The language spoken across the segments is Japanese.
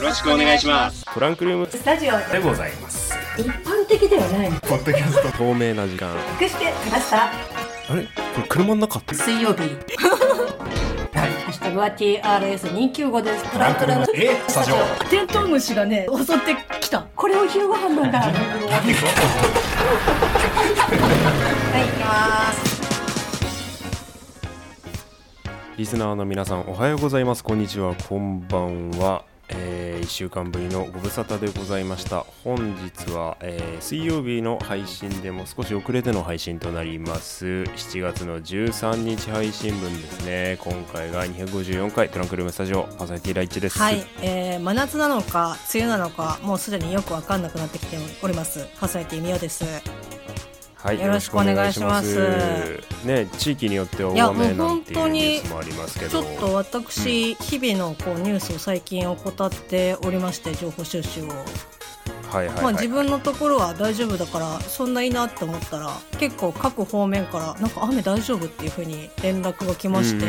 ろしくお願いします。 トランクルームスタジオでございます。 一般的ではないポッドキャスト透明な時間。 隠してきました。 あれこれ車の中って水曜日ハッシュタグは TRS295 です。トランクルームスタジオ。 テントウムシがね襲ってきた。これを昼ご飯なんだ。はい、行きます。 リスナーの皆さんおはようございます。こんにちは、こんばんは。1週間ぶりのご無沙汰でございました。本日は、水曜日の配信でも少し遅れての配信となります。7月の13日配信分ですね。今回が254回トランクルームスタジオパーソナリティライチです。 はい、真夏なのか梅雨なのかもうすでによく分かんなくなってきております。パーソナリティみおです。 はい、 よろしくお願いします。 ね、地域によっては大雨なんていうニュースもありますけど、 ちょっと私、日々のこうニュースを最近怠っておりまして、情報収集を、自分のところは大丈夫だからそんないいなって思ったら、結構各方面からなんか雨大丈夫っていう風に連絡が来まして、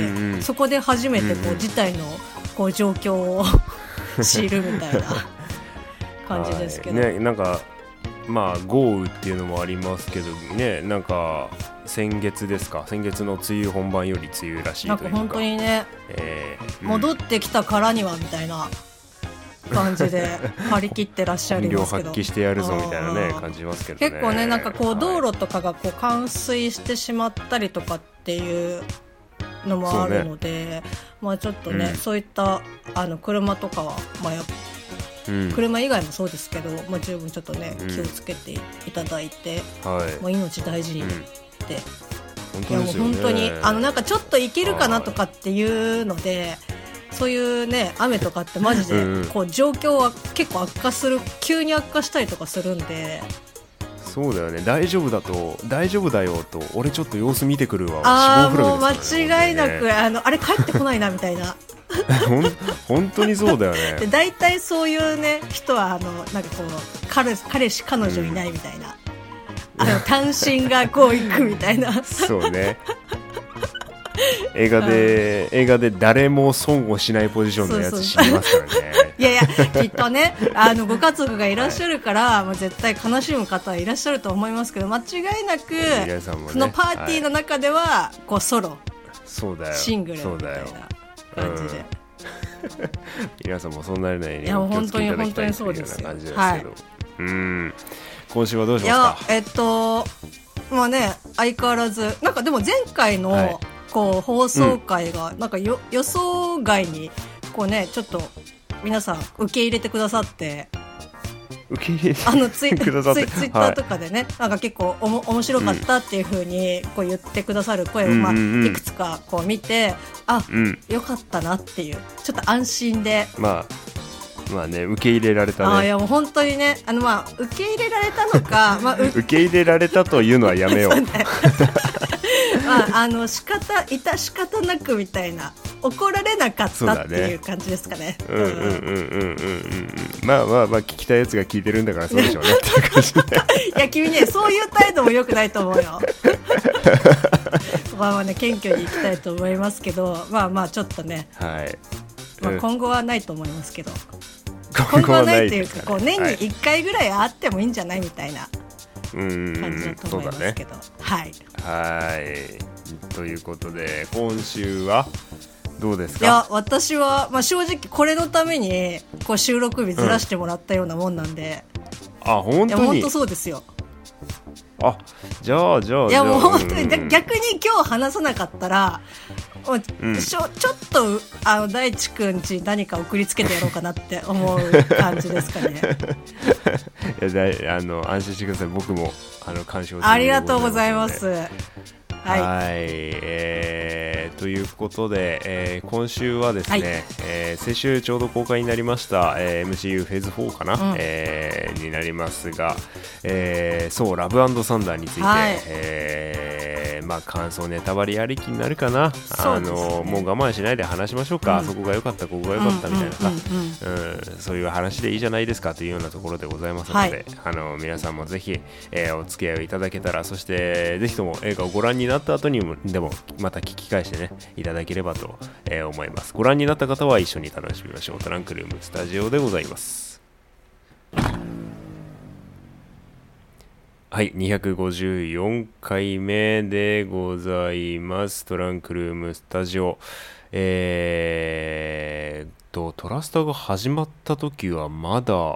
そこで初めてこう事態のこう状況を知るみたいな感じですけど、 ね、なんか豪雨っていうのもありますけどね、なんか先月の梅雨本番より梅雨らしいというか、 なんか本当にね、戻ってきたからにはみたいな感じで張り切ってらっしゃるんですけど、 本領発揮してやるぞみたいなね感じますけどね。 結構ね、なんかこう道路とかがこう冠水してしまったりとかっていうのもあるので、ちょっとね、そういった車とかは車以外もそうですけど、十分ちょっとね、気をつけていただいて、命大事にって、いやもう本当になんかちょっといけるかなとかっていうので、そういうね雨とかってマジでこう状況は結構急に悪化したりとかするんで。 そうだよね、大丈夫だよと俺ちょっと様子見てくるわ。 もう間違いなく、あれ帰ってこないなみたいな本当にそうだよね。 で大体そういうね人はなんかこう彼氏彼女いないみたいな、単身がこう行くみたいなそうね、映画で誰も損をしないポジションのやつ知りますからね。 いやきっとねご家族がいらっしゃるから、絶対悲しむ方はいらっしゃると思いますけど、間違いなく、そのパーティーの中では、こうソロシングルみたいな感じで、 皆さんもそんなようなにお気をつけいただきたいというような感じですけど、今週はどうしますか？ 相変わらずなんかでも前回のこう放送回がなんか予想外にこうね、ちょっと皆さん受け入れてくださって、ツイッターとかでね、なんか結構面白かったっていう風にこう言ってくださる声をいくつかこう見て、よかったなっていう、ちょっと安心で、 受け入れられたね。 いやもう本当にね、受け入れられたのか、 受け入れられたというのはやめよう。 仕方なくみたいな、怒られなかったっていう感じですかね。 聞きたいやつが聞いてるんだからそうでしょうねっていう感じで。 いや君ね、そういう態度も良くないと思うよ。謙虚にいきたいと思いますけど、ちょっとね、今後はないと思いますけど、今後はないっていうか、こう年に1回ぐらいあってもいいんじゃないみたいな感じだと思いますけど、 ということで今週はどうですか？ いや私は、正直これのためにこう収録日ずらしてもらったようなもんなんで、 本当に？ いや本当そうですよ。 じゃあいやもう本当に逆に今日話さなかったら、ちょっと大地くんち何か送りつけてやろうかなって思う感じですかね。 いや安心してください、僕も監視をする。 ありがとうございます。 ということで、今週はですね、先週ちょうど公開になりました、MCU フェーズ4かな、になりますが、ラブ&サンダーについて、 まあ感想ネタバレありきになるかな、 そうですね、 もう我慢しないで話しましょうか、そこが良かったここが良かったみたいなさ、そういう話でいいじゃないですかというようなところでございますので、皆さんもぜひ、お付き合いをいただけたら、そしてぜひとも映画をご覧になった後にもでもまた聞き返してねいただければと、思います。ご覧になった方は一緒に楽しみましょう。トランクルームスタジオでございます。はい、254回目でございます。トランクルームスタジオ。トラスタが始まった時はまだ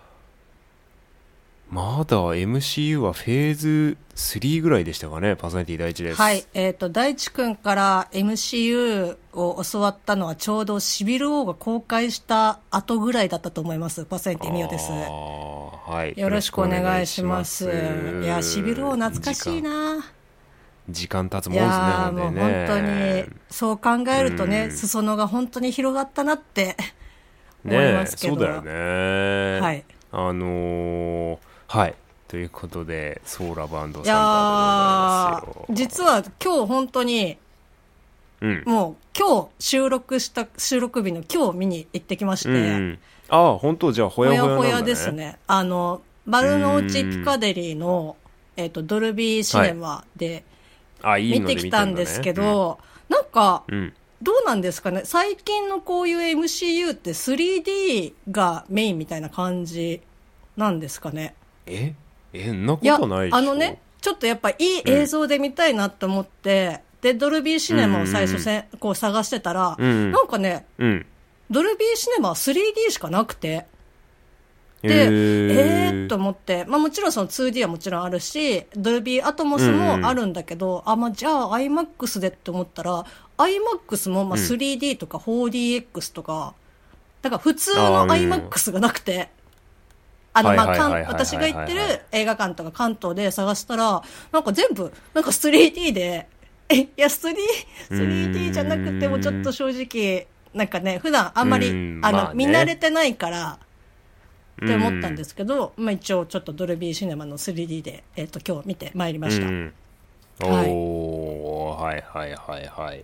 MCU はフェーズ3ぐらいでしたかね。パーソナリティ第一です。 はい、大地くんから MCU を教わったのはちょうどシビル王が公開した後ぐらいだったと思います。パーソナリティミオです。 はい、 よろしくお願いします。いや、シビル王懐かしいな。 時間経つもんですね。いやもう本当にそう考えるとね、裾野が本当に広がったなって思いますけど。 そうだよね。 はい。 はい。ということで、ソーラバンドサンダーでございますよ。 実は今日本当に、もう今日収録日の今日見に行ってきまして。 本当じゃあほやほやなんだね。 ほやほやですね。丸の内ピカデリーの、ドルビーシネマで、見てきたんですけど、なんか、どうなんですかね、最近のこういう MCU って 3D がメインみたいな感じなんですかね。 んなことないでしょ。 ちょっとやっぱいい映像で見たいなと思って、でドルビーシネマを最初こう探してたら、なんかね、ドルビーシネマは 3D しかなくて、で、と思って、もちろんその 2D はもちろんあるし、ドルビーアトモスもあるんだけど、じゃあ IMAX でって思ったら、IMAX も3D とか 4DX とか、だから普通の IMAX がなくて、私が行ってる映画館とか関東で探したら、なんか全部、なんか 3D で、いや、3D じゃなくてもちょっと正直、なんかね、普段あんまり、見慣れてないから、って思ったんですけど、一応ちょっとドルビーシネマの 3D で、今日見てまいりました。 はい。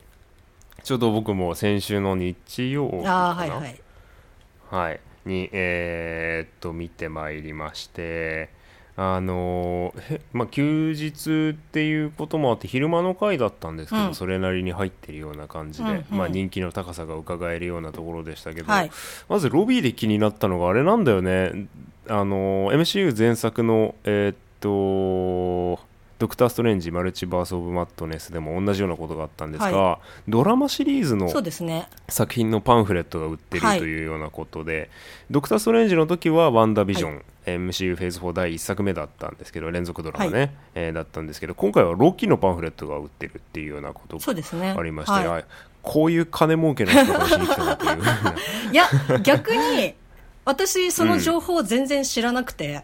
ちょうど僕も先週の日曜日かな、に見てまいりまして、休日っていうこともあって昼間の回だったんですけど、それなりに入ってるような感じで、人気の高さが伺えるようなところでしたけど、まずロビーで気になったのがあれなんだよね。MCU 前作のドクターストレンジマルチバースオブマットネスでも同じようなことがあったんですが、ドラマシリーズの作品のパンフレットが売ってるというようなことで、ドクターストレンジの時はワンダービジョン、MCU フェーズ4第1作目だったんですけど、連続ドラマね、だったんですけど、今回はロキのパンフレットが売ってるっていうようなことがありまして、こういう金儲けの人がしに来たなといういや逆に私その情報全然知らなくて、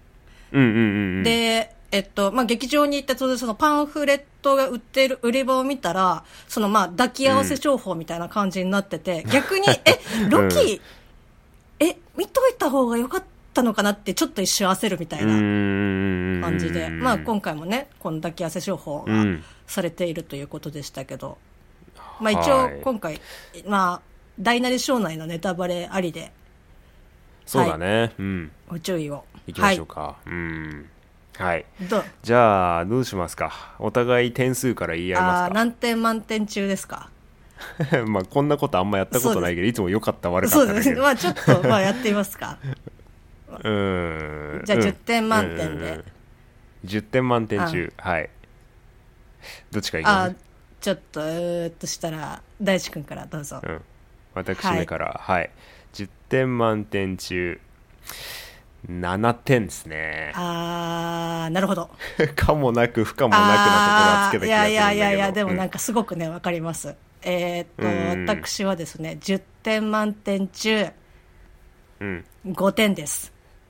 で劇場に行ってそのパンフレットが売っている売り場を見たら、その抱き合わせ情報みたいな感じになってて、逆にロキ、見といた方が良かったのかなってちょっと一瞬焦るみたいな感じで、今回もねこの抱き合わせ情報がされているということでしたけど、一応今回大なり小なりのネタバレありで、 そうだね、 ご注意をいきましょうか。じゃあどうしますか。お互い点数から言い合いますか。 何点満点中ですか。 こんなことあんまやったことないけど、いつも良かった悪かっただけど、 ちょっとやってみますか。じゃあ10点満点で、 10点満点中、どっちかいきます。 ちょっとしたら大地君からどうぞ。 私目から、10点満点中7点ですね。 なるほど。 かもなく不可もなくなところはつけた気がするんだけど。 いやでもなんかすごくねわかります。私はですね10点満点中、5点です。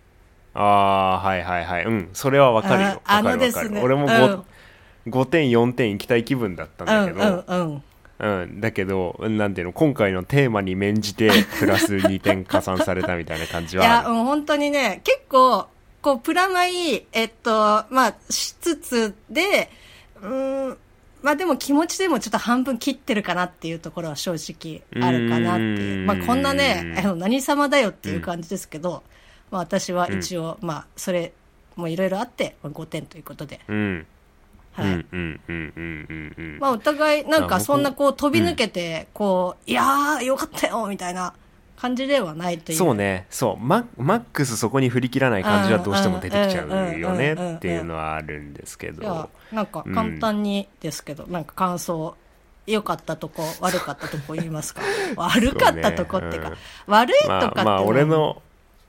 それはわかるよ。わかるですね。俺も 5点4点行きたい気分だったんだけど、だけどなんていうの、今回のテーマに免じてプラス2点加算されたみたいな感じはある。 本当にね結構こうプラマイしつつで、 まあでも気持ちでもちょっと半分切ってるかなっていうところは正直あるかなっていう。まあこんなね、何様だよっていう感じですけど、まあ私は一応、まあそれもいろいろあって、5点ということで。はい。まあお互いなんかそんなこう飛び抜けて、こう、いやーよかったよみたいな感じではないという。 そうね。そう。マックスそこに振り切らない感じはどうしても出てきちゃうよねっていうのはあるんですけど。 なんか簡単にですけど、なんか感想、良かったとこ、悪かったとこ言いますか。悪かったとこっていうか、悪いとかってまあ俺の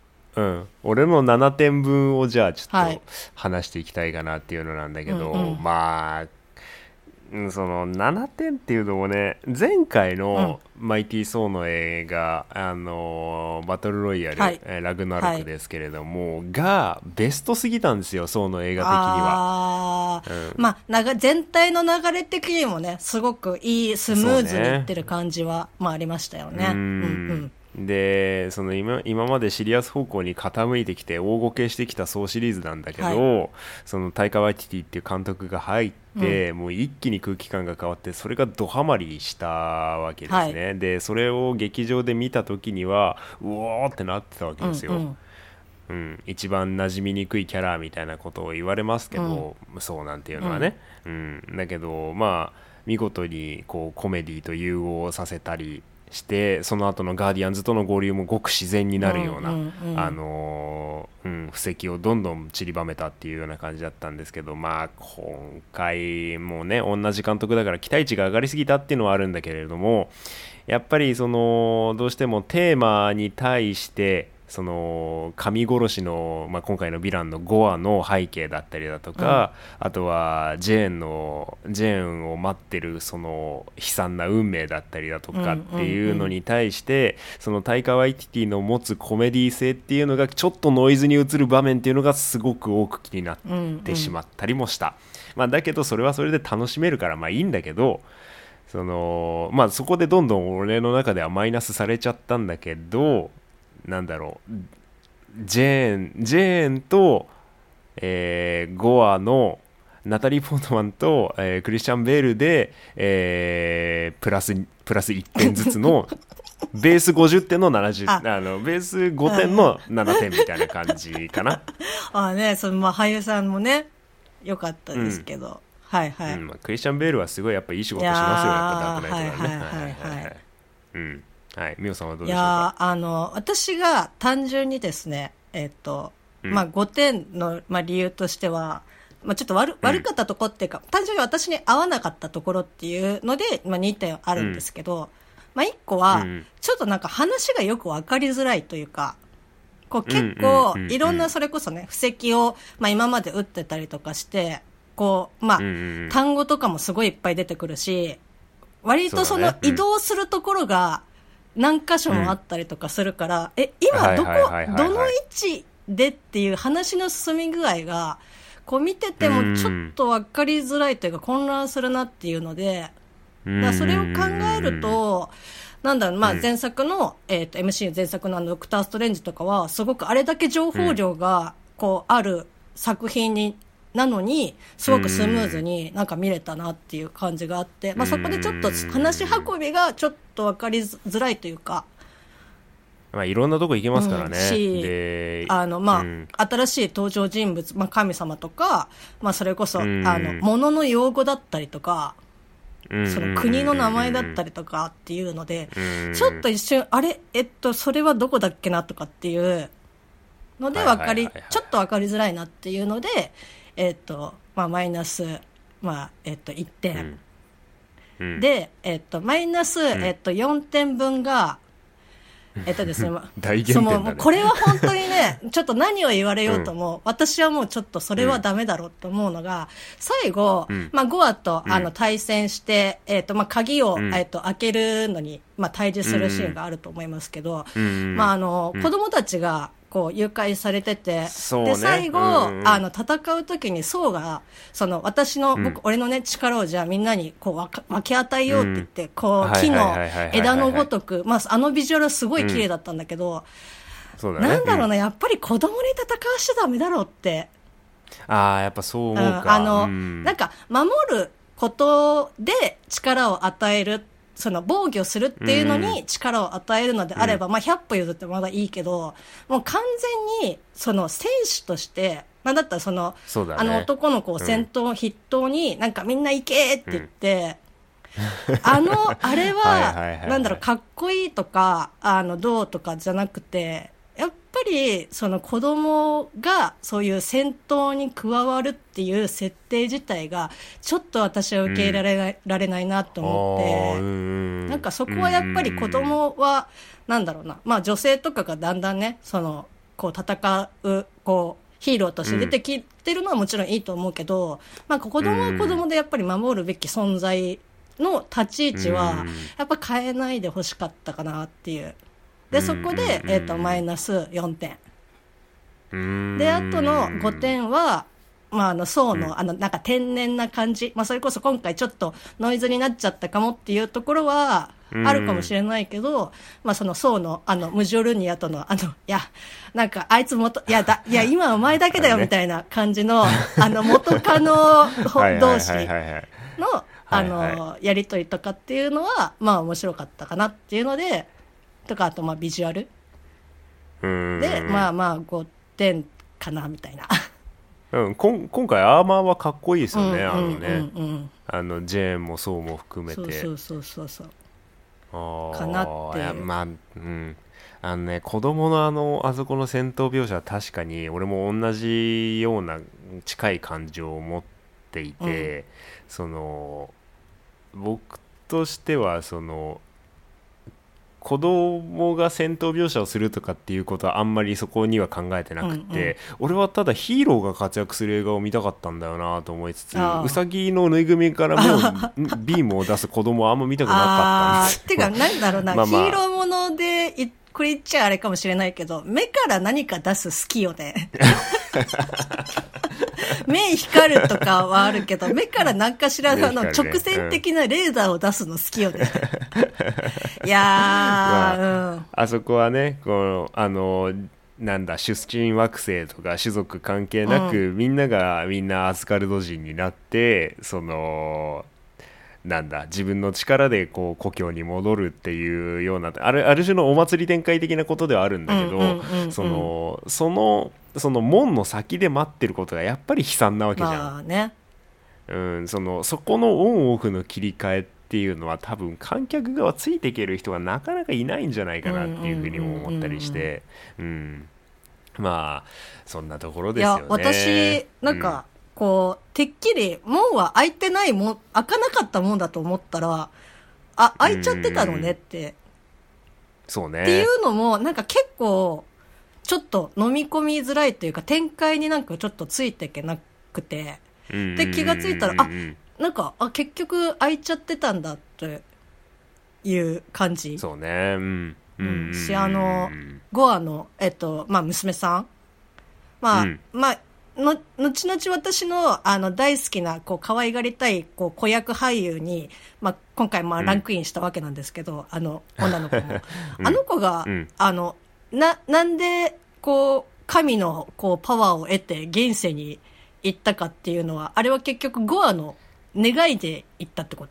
7点分をじゃあちょっと話していきたいかなっていうのなんだけど、まあその7点っていうのもね、前回のマイティー・ソーの映画、バトルロイヤル、ラグナロクですけれども、がベストすぎたんですよ、ソーの映画的には。 まあ全体の流れ的にもね、すごくいいスムーズにいってる感じは、まあありましたよね。 でその今までシリアス方向に傾いてきて大ごけしてきたソーシリーズなんだけど、そのタイカ・ワイティティっていう監督が入って、もう一気に空気感が変わって、それがドハマりしたわけですね。でそれを劇場で見た時にはうおーってなってたわけですよ。一番馴染みにくいキャラみたいなことを言われますけど、そうなんていうのはね、だけどまあ見事にこうコメディと融合させたりして、その後のガーディアンズとの合流もごく自然になるような布石をどんどん散りばめたっていうような感じだったんですけど、まあ今回もね同じ監督だから期待値が上がりすぎたっていうのはあるんだけれども、やっぱりそのどうしてもテーマに対してその神殺しの、今回のヴィランのゴアの背景だったりだとか、あとはジェーンを待ってるその悲惨な運命だったりだとかっていうのに対して、そのタイカ・ワイティティの持つコメディ性っていうのがちょっとノイズに映る場面っていうのがすごく多く気になってしまったりもした。だけどそれはそれで楽しめるからいいんだけど、そこでどんどん俺の中ではマイナスされちゃったんだけど、なんだろう、ジェーンと、ゴアのナタリー・ポートマンと、クリスチャン・ベールで、プラス1点ずつのベース50点の70ベース5点の7点みたいな感じかな。 その俳優さんもね良かったですけど、 クリスチャン・ベールはすごいやっぱいい仕事しますよ、やっぱダークナイトはね。ミオさんはどうでしょうか。 私が単純にですね、5点の、理由としては、ちょっと悪かったところっていうか、単純に私に合わなかったところっていうので、2点あるんですけど、1個は、ちょっとなんか話がよくわかりづらいというか、こう結構、いろんなそれこそね、布石を、今まで打ってたりとかして、こう、単語とかもすごいいっぱい出てくるし、割とその移動するところが、何箇所もあったりとかするから、今どの位置でっていう話の進み具合が、こう見ててもちょっと分かりづらいというか混乱するなっていうので、それを考えると、前作の、MCU 前作のドクターストレンジとかは、すごくあれだけ情報量が、こう、ある作品なのにすごくスムーズになんか見れたなっていう感じがあって、そこでちょっと話し運びがちょっと分かりづらいというか、 いろんなとこ行けますからね。 で新しい登場人物、神様とか、それこそ物の用語だったりとか、その国の名前だったりとかっていうので、ちょっと一瞬それはどこだっけなとかっていうのでちょっと分かりづらいなっていうので、マイナス、1点。で、マイナス、4点分が、ですね、 大減点だね。 もうこれは本当にね、ちょっと何を言われようとも、私はもうちょっとそれはダメだろうと思うのが、最後、ゴアと対戦して、鍵を、開けるのに、対峙するシーンがあると思いますけど、子供たちが、こう誘拐されてて、で最後、戦う時にソウがその俺のね力をじゃあみんなにこう分け与えようって言って、こう木の枝のごとく、ビジュアルはすごい綺麗だったんだけど、なんだろうな、やっぱり子供に戦わしちゃダメだろうって。 やっぱそう思うか。 なんか守ることで力を与える、その防御するっていうのに力を与えるのであれば、まあ100歩譲ってまだいいけど、もう完全にその選手として、なんだったらそうだね、 あの男の子を先頭筆頭になんかみんな行けって言って、あれは、なんだろう、かっこいいとか、どうとかじゃなくて、やっぱり、その子供がそういう戦闘に加わるっていう設定自体が、ちょっと私は受け入れられないなと思って、なんかそこはやっぱり子供は、なんだろうな、まあ女性とかがだんだんね、こう戦う、こう、ヒーローとして出てきてるのはもちろんいいと思うけど、まあ子供は子供でやっぱり守るべき存在の立ち位置は、やっぱ変えないでほしかったかなっていう。で、そこで、マイナス4点。で、あとの5点は、まあ、層の、なんか天然な感じ。まあ、それこそ今回ちょっとノイズになっちゃったかもっていうところは、あるかもしれないけど、まあ、その層の、ムジョルニアとの、いや、なんか、あいついや、今はお前だけだよ、みたいな感じの、元カノ同士の、やりとりとかっていうのは、まあ、面白かったかなっていうので、とか、あと、まあ、ビジュアル。で、まあまあ、5点かな、みたいな。 今回アーマーはかっこいいですよね、ジェーンもそうも含めて。 かなっていう。 まあ、ね、子供のあそこの戦闘描写は確かに、俺も同じような近い感情を持っていて、僕としては、子供が戦闘描写をするとかっていうことはあんまりそこには考えてなくて、俺はただヒーローが活躍する映画を見たかったんだよなと思いつつ、ウサギのぬいぐるみからビームを出す子供はあんま見たくなかったんですてかなんだろうな、ヒーローものでこれ言っちゃあれかもしれないけど、目から何か出す好きよね。目光るとかはあるけど、目から何かしらの直線的なレーザーを出すの好きよね。いやー、 あそこはね、なんだ、出身惑星とか種族関係なく、みんなアスガルド人になって、なんだ、自分の力でこう故郷に戻るっていうような、ある種のお祭り展開的なことではあるんだけど、その門の先で待ってることがやっぱり悲惨なわけじゃん。 まあね、 そこのオンオフの切り替えっていうのは多分観客側ついていける人がなかなかいないんじゃないかなっていうふうにも思ったりして、まあそんなところですよね。 いや、私なんか、こうてっきり門は開いてないもん、開かなかったもんだと思ったら、開いちゃってたのねって、 そうね。 っていうのもなんか結構ちょっと飲み込みづらいというか、展開になんかちょっとついていけなくて、で気がついたらなんか結局開いちゃってたんだっていう感じ。 そうね。 し、ゴアのまあ娘さん、まあ後々私の大好きなこう可愛がりたいこう子役俳優に、まあ、今回まあランクインしたわけなんですけど、女の子もあの子が、なんでこう神のこうパワーを得て現世に行ったかっていうのは、あれは結局ゴアの願いで行ったってこと？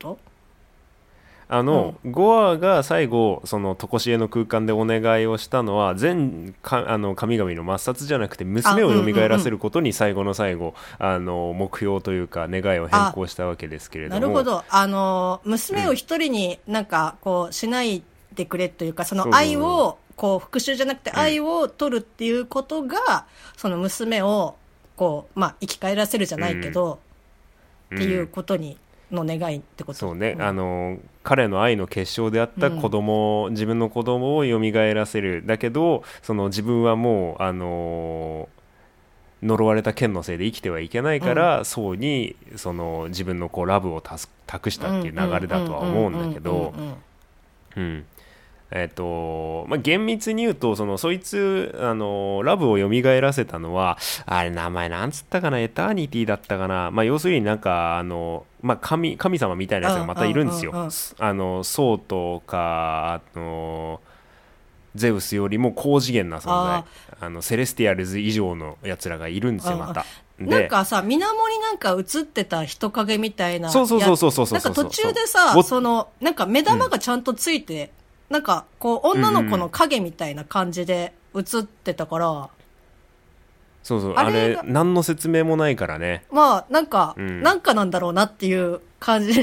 ゴアが最後その常しえの空間でお願いをしたのは神々の抹殺じゃなくて娘を蘇らせることに最後の最後目標というか願いを変更したわけですけれども。 なるほど。娘を一人になんかこうしないでくれというか、その愛をこう復讐じゃなくて愛を取るっていうことが、その娘をこうまあ生き返らせるじゃないけど、っていうことにの願いってこと。 そうね、彼の愛の結晶であった子供、自分の子供を蘇らせる。だけど自分はもう呪われた剣のせいで生きてはいけないから、宋に自分のこうラブを託したっていう流れだとは思うんだけど、まあ、厳密に言うとそいつラブを蘇らせたのはあれ名前なんつったかな、エターニティだったかな、まあ、要するになんかまあ、神様みたいなやつがまたいるんですよ。ソウとかゼウスよりも高次元な存在、セレスティアルズ以上のやつらがいるんですよまた。 なんかさ、水面になんか映ってた人影みたいな。 そうなんか途中でさ、なんか目玉がちゃんとついて、なんかこう女の子の影みたいな感じで映ってたから、 そうそう、あれ何の説明もないからね。 まあなんか、なんかなんだろうなっていう感じ。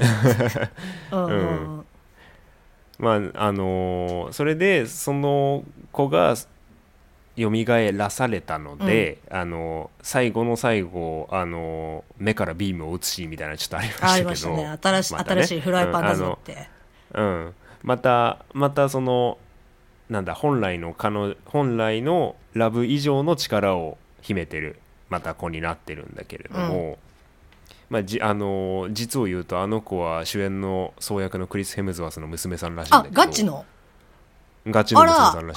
まあそれでその子が蘇らされたので、最後の最後目からビームを撃つシーンみたいなのちょっとありましたけど、 ありましたね。新しいフライパンだぞって、 またそのなんだ本来のラブ以上の力を秘めてるまた子になってるんだけれども、まあ実を言うとあの子は主演の総役のクリス・ヘムズワースの娘さんらしいんだけど、 ガチの娘さんらしい。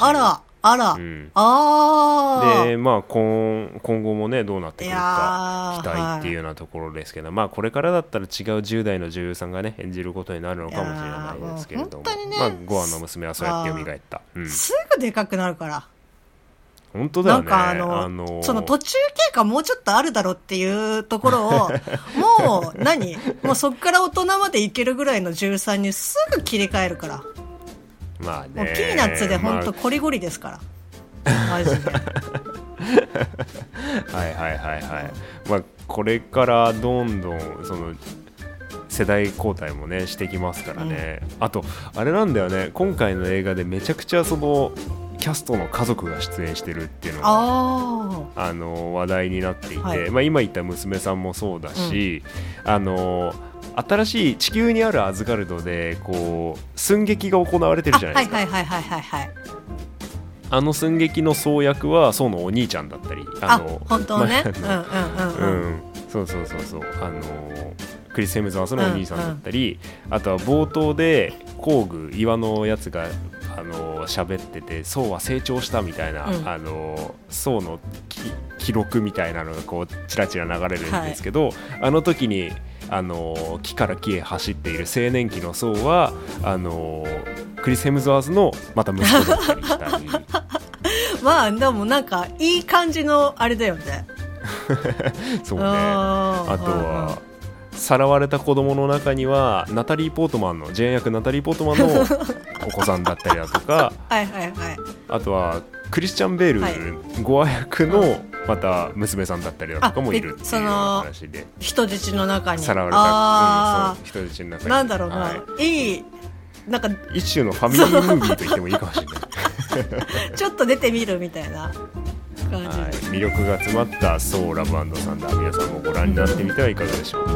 でまあ今後もねどうなってくるか期待っていうようなところですけど、まあこれからだったら違う10代の女優さんがね演じることになるのかもしれないですけれども、まあゴアの娘はそうやって蘇った、 すぐでかくなるから。 本当だよね。 なんかその途中経過もうちょっとあるだろうっていうところをもうそっから大人までいけるぐらいの女優さんにすぐ切り替えるから。 まあね、 もうピーナッツで本当コリゴリですから、マジで。 まあこれからどんどんその世代交代もねしてきますからね、あとあれなんだよね、今回の映画でめちゃくちゃそのキャストの家族が出演してるっていうのが話題になっていて、まあ、今言った娘さんもそうだし、新しい地球にあるアズガルドでこう寸劇が行われてるじゃないですか。あの寸劇の総役はソウのお兄ちゃんだったり、 本当ね、 そうクリス・ヘムズワースのお兄さんだったり、あとは冒頭で工具岩のやつが喋ってて、ソウは成長したみたいな、ソウの記録みたいなのがこうチラチラ流れるんですけど、あの時に木から木へ走っている青年期のソウはクリス・ヘムズワーズのまた息子だったりしたりまあでもなんかいい感じのあれだよね。 そうね。あとはさらわれた子供の中にはナタリー・ポートマンのジェーン役ナタリー・ポートマンのお子さんだったりだとかあとはクリスチャン・ベール、ゴア役のまた娘さんだったりだとかもいるっていう話で、 人質の中にさらわれた、人質の中になんだろうな、いいなんか一種のファミリームービーと言ってもいいかもしれないちょっと出てみるみたいな感じ、 魅力が詰まったソウラブ&サンダー、皆さんもご覧になってみてはいかがでしょうか。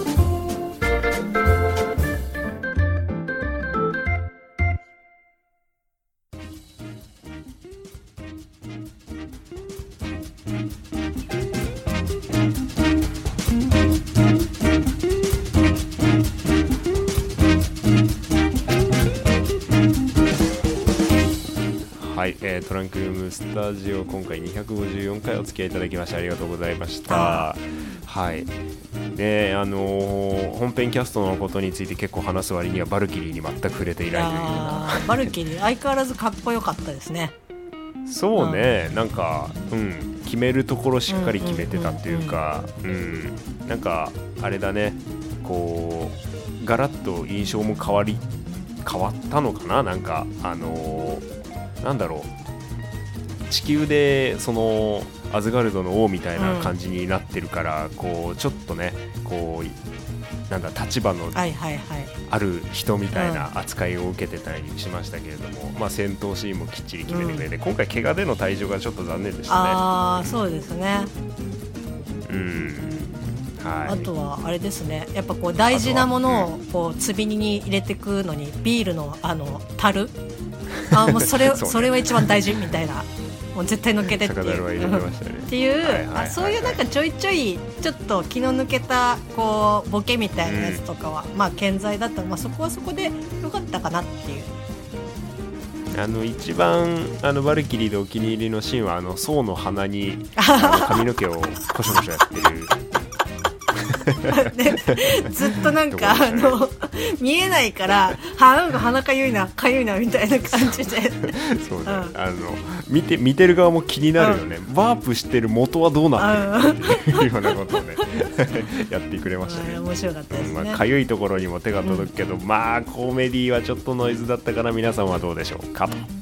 トランクルームスタジオ、今回254回お付き合いいただきましてありがとうございました。で本編キャストのことについて結構話す割にはバルキリーに全く触れていないというような。 バルキリー相変わらずかっこよかったですね。 そうね、なんか、決めるところしっかり決めてたっていうか、なんかあれだね、こうガラッと印象も変わったのかな。なんかなんだろう、地球でそのアズガルドの王みたいな感じになってるから、こうちょっとね、こうなんだ立場のある人みたいな扱いを受けてたりしましたけれども、まあ、戦闘シーンもきっちり決めてくれて、今回怪我での退場がちょっと残念でしたね。 そうですね。あとはあれですね、やっぱこう大事なものをこうつびに入れていくのにビールの樽もうそれは一番大事みたいな、もう絶対抜けてっていう、そういうなんかちょいちょいちょっと気の抜けたこうボケみたいなやつとかは、まあ健在だったら、まあ、そこはそこでよかったかなっていう。 一番バルキリーでお気に入りのシーンはソウの鼻に髪の毛をコショコショやってるでずっとなんか見えないからなんか鼻かゆいなみたいな感じでそうだ、見てる側も気になるよね、ワープしてる元はどうなってるっていうようなことをねやってくれましたね。 面白かったですね。 かゆいところにも手が届くけど、まあコメディはちょっとノイズだったから皆さんはどうでしょうかと。